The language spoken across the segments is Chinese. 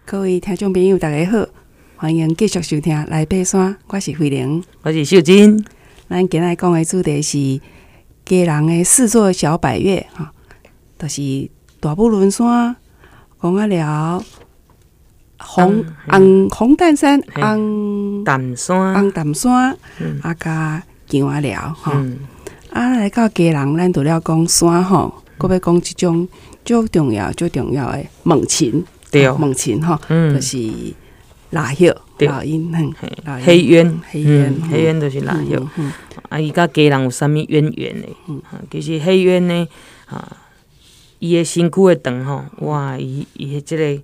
各位听众朋友，大家好，欢迎继续收听《来爬山》，我是慧玲， 我是秀珍。 咱今日讲的主题是家人的4座小百岳哈，就是大武仑山、讲啊了红淡山、红淡山、 啊甲姜啊寮吼。来到家人，咱除了讲山吼，搁要讲一种最重要的猛禽， 对， 猛禽吼，就是蜡叶、老鹰、 黑鸢，黑鸢就是蜡叶。伊甲家人有啥物渊源呢？其实黑鸢呢，伊的身躯的长吼，哇，伊的即个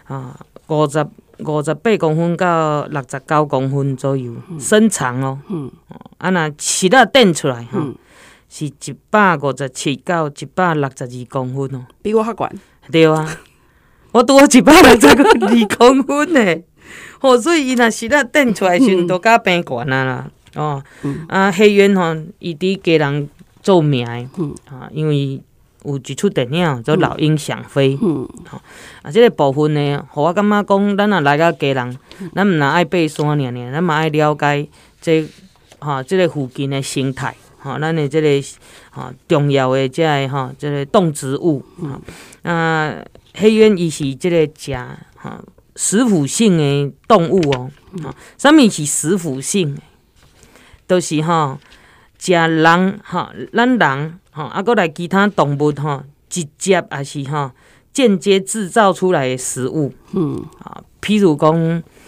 58公分到69公分左右，身长哦。若翅仔展出来吼，是157到162公分哦。 比我较悬。 对啊，我拄好162公分呢。吼，所以伊若翅仔展出来时阵，都甲平悬啦。黑鸢吼，伊伫家人做名的，因为有一出电影叫《老鹰想飞》。即个部分呢，互我感觉讲，咱若来到家人，咱毋若爱爬山尔，咱嘛爱了解即个附近的生态，咱的即个重要的即个动植物。黑鸢伊是即个食腐性的动物哦。啥物是食腐性的？就是食人咱人搁来其他动物直接也是间接制造出来的食物。譬如讲，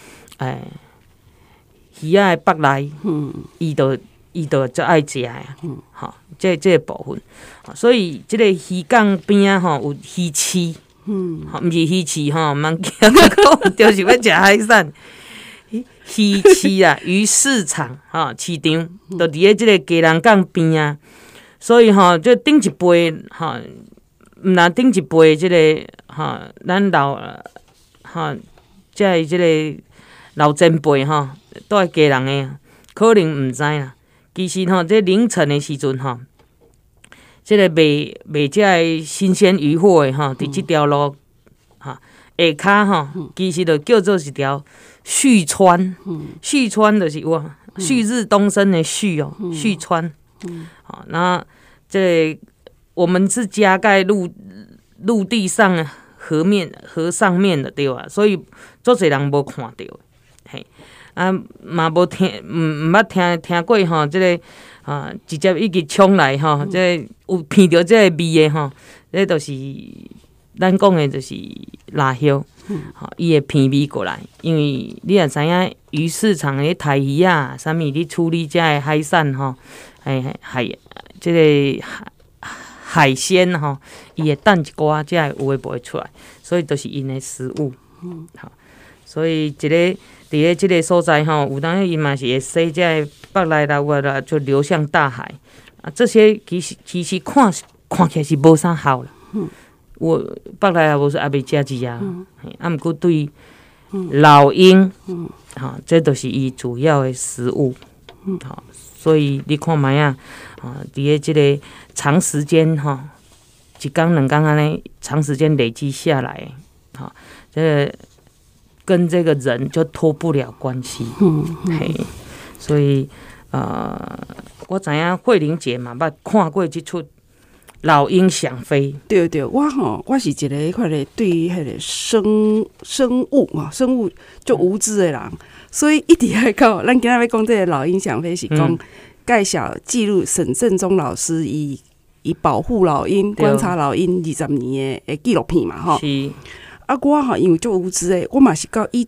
鱼仔的腹内，伊就最爱食的。这个部分，所以这个鱼港边有鱼翅，毋是鱼翅茫记讲，就是要食海产。鱼市啊，鱼市场市场，就伫咧即个家人港边啊，所以就顶一辈毋若顶一辈即个咱老即个即个老前辈住在家人的，可能毋知啦。其实这凌晨的时阵即个卖遮的新鲜渔货的伫即条路下骹其实就叫做一条旭川。旭川就是旭日东升的旭哦，旭川。那这我们是加盖陆地上河上面的对吧？所以足侪人无看到，嘛无听，毋捌听过这个直接一直冲来这个有闻到这个味的这就是咱讲的就是蜡叶。伊会偏味过来，因为你也知影鱼市场的杀鱼啊，啥物你处理遮的海产即个海鲜伊会等一寡才会有诶卖出来，所以都是因的食物。所以伫咧即个所在有当伊嘛是会洗遮的腹内老物啦，就流向大海。这些其实看起来是无啥好啦。我腹内也无说也袂食一啊，毋过对老鹰，这都是伊主要的食物。所以你看卖啊，伫咧即个长时间一天两天安尼长时间累积下来，这个跟这个人就脱不了关系。所以我知影慧玲姐嘛捌看过即出。老鹰想飞， 对，我是一个迄个对于迄个生物就无知的人，所以一直在讲。咱今仔要讲这个老鹰想飞，是讲介绍记录沈振中老师以保护老鹰、观察老鹰20年的纪录片嘛， 是。 我因为就无知的，我嘛是到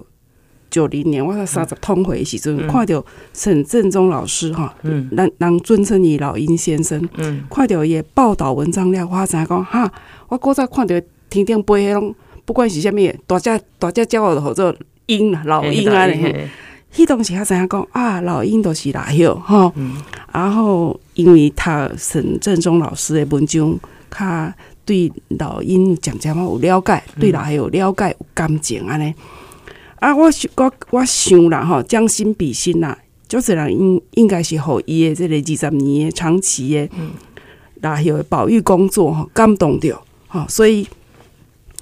1990年，我30通会的时阵，看到沈振中老师人尊称伊老鹰先生，看到伊的报道文章了，我知影讲我古早看到天顶飞迄种，不管是啥物，大只鸟就叫做鹰老鹰啊咧。迄当时我知影讲老鹰都是蜡叶然后因为读沈振中老师的文章，较对老鹰渐渐有了解，对蜡叶有了解，有感情安尼。我想啦将心比心啦，足侪人应该是互伊的这个20年的长期的蜡叶的保育工作感动着所以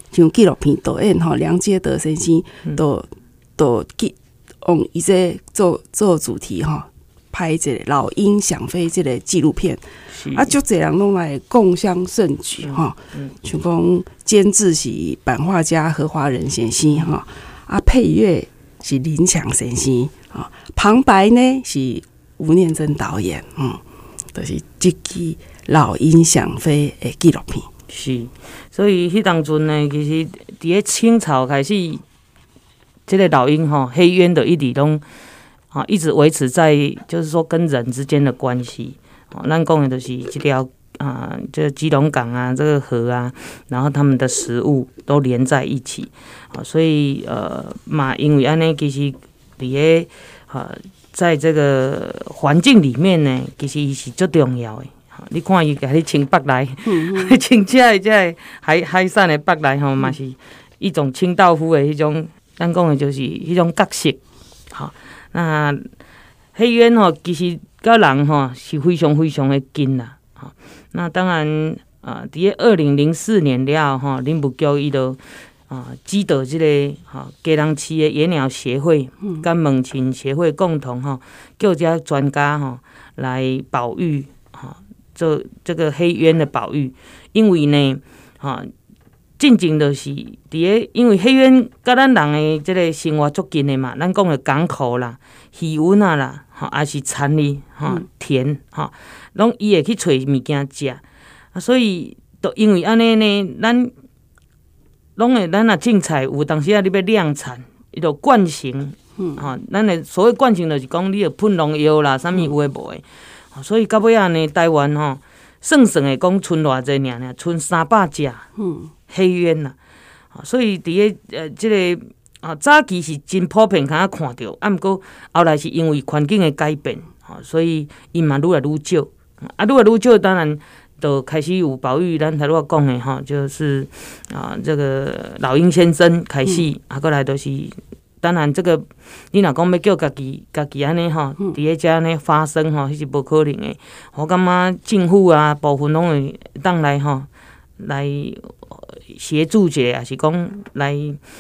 像纪录片导演梁杰德先生都用伊这做主题拍一个老鹰想飞这个纪录片，足侪人拢来共襄盛举像讲监制是版画家何华仁先生配乐是林强先生旁白呢是吴念真导演，就是这支老鹰想飞的纪录片。 是，所以迄当阵呢，其实伫咧清朝开始，这个老鹰黑鸢的一直拢一直维持在，就是说跟人之间的关系。咱讲的就是这条这基隆港啊，这个河啊，然后他们的食物都连在一起。所以因为安尼，其实伫咧在这个环境里面呢，其实伊是最重要的。你看伊甲你穿北来，穿这海产的北来嘛是一种清道夫的迄种，咱讲的就是迄种角色。那黑鸢其实甲人是非常非常的近啦。那当然伫2004年了后林务局伊就指导这个基隆市的野鸟协会跟猛禽协会共同叫这专家来保育做这个黑鸢的保育，因为呢进前就是因为黑鸢甲咱人的这个生活足近的嘛，咱讲的港口啦、鱼塭啊啦，还是田里田拢伊会去找物件食所以都因为安尼呢，咱拢会咱若种菜有当时你要量产，伊就惯性咱的所谓惯性就是讲你要喷农药啦，啥物有诶无诶，所以到尾仔呢，台湾算的讲剩偌济尔，剩300只黑鸢啦。所以伫咧即个早期是真普遍，看到，毋过后来是因为环境的改变，所以伊嘛愈来愈少。愈来愈少，当然就开始有保育。咱头拄仔讲的就是这个老鹰先生开始，过来就是当然这个你若讲要叫家己安尼伫咧遮安尼发生迄是无可能的。我感觉政府啊部分拢会当来来协助一下，也是讲来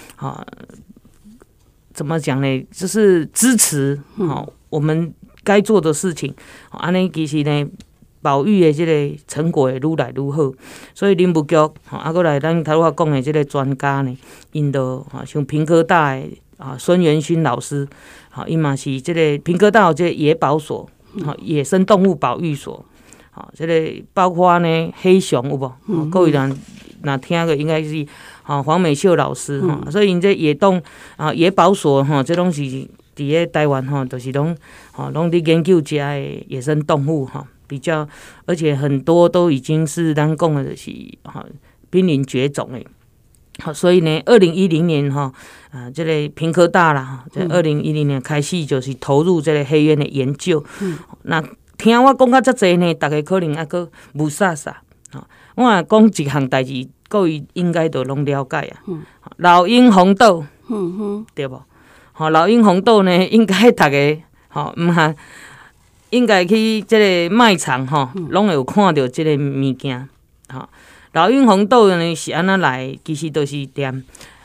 怎么讲呢？就是支持我们该做的事情。安尼其实呢，保育的这个成果会愈来愈好。所以林务局过来咱头拄仔讲的这个专家呢，因就像屏科大的孙元勋老师，伊嘛是这个屏科大有这个野保所，野生动物保育所。这个包括呢黑熊有无？各位人若听过应该是黄美秀老师所以因这野保所这拢是伫咧台湾就是拢伫研究遮的野生动物比较，而且很多都已经是咱讲的就是濒临绝种的。所以呢，2010年这个屏科大啦，在2010年开始就是投入这个黑鸢的研究。那听我讲到遮济呢，大家可能还阁无啥。我若讲一项代志，各位应该都拢了解啊。老鹰红豆，对无？老鹰红豆呢，应该大家应该去这个卖场拢会有看到这个物件。老鹰红豆呢是安怎来？其实都是踮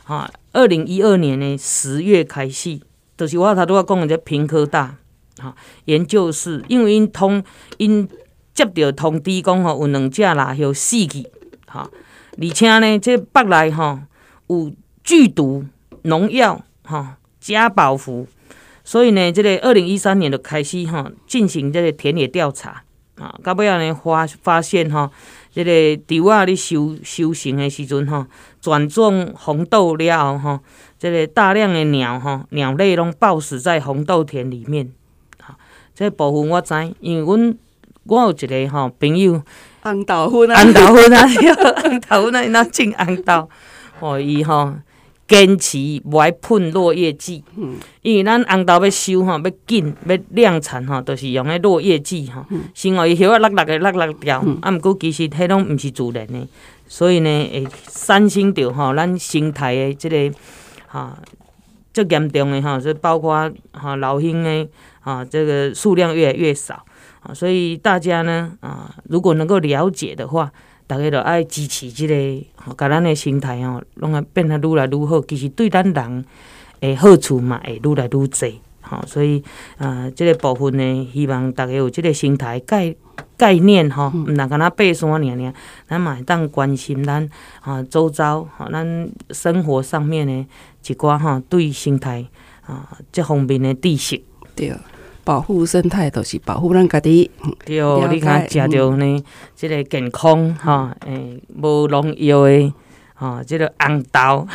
2012年的10月开始，就是我头拄仔讲的这屏科大研究室，因为因接到通知讲有2只蜡鸮死去，而且呢，这北来有剧毒、农药、加保服，所以呢，这个2013年就开始进行这个田野调查到尾仔呢发现这个稻仔咧收成的时阵转种红豆了后这个大量的鸟类拢暴死在红豆田里面。这部分我知，因为我有一个朋友， 红豆粉啊， 红豆粉啊，红豆粉啊，因那种红豆，伊坚持无爱喷落叶剂，因为咱红豆要收要紧要量产就是用迄落叶剂先伊叶仔落掉，毋过其实迄拢毋是自然的，所以呢会产生着咱生态的即个最严重的所以包括老鹰的这个数量越来越少所以大家呢如果能够了解的话， 大家就爱支持即个，甲咱的心态吼，拢会变得愈来愈好。其实对咱人的好处嘛，会愈来愈侪。所以即个部分呢，希望大家有即个心态概念吼，毋但敢若爬山尔，咱嘛会当关心咱周遭咱生活上面的一寡对生态这方面的知识。 对，保护生态就是保护咱家己。 对，你看食着呢，即个健康无农药的即个红豆。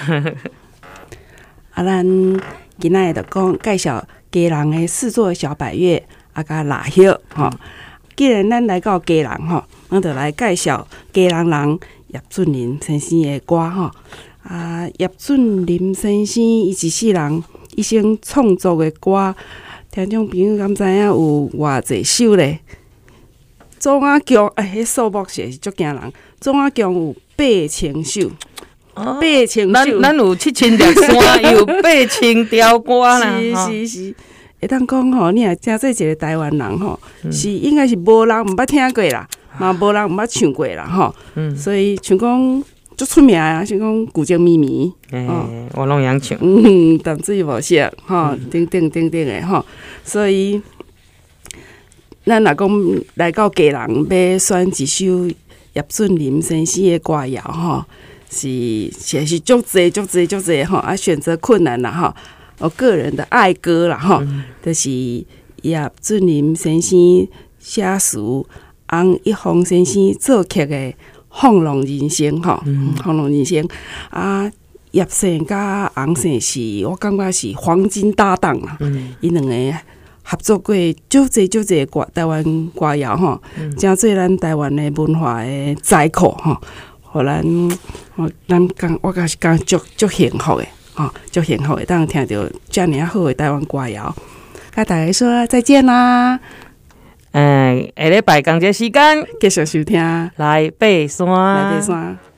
咱今仔就讲介绍家人的4座小百岳，甲腊叶既然咱来到家人咱就来介绍家人叶俊麟先生的歌叶俊麟先生伊一世人一生创作的歌，听众朋友敢知影有偌济首咧？总啊共迄数目是足惊人，总啊共有8000首。8000首， 咱有7000条山，有8000条歌啦。 是，会当讲你若真做一个台湾人是应该是无人毋捌听过啦，嘛无人毋捌唱过啦所以像讲足出名啊，像讲古筝咪咪， 我拢会唱。 淡水无色等的所以咱若讲来到家人要选一首叶俊麟先生的歌谣是足侪选择困难啦我个人的爱歌啦就是叶俊麟先生写词，洪一峰先生作曲的《放浪人生》放浪人生叶姓甲洪姓是我感觉是黄金搭档啦，伊两个合作过足侪歌台湾歌谣真做咱台湾的文化的财库互咱我是感觉足幸福的足幸福的，当听到这么好的台湾歌谣，跟大家说再见啦！ 下礼拜同一时间继续收听来爬山。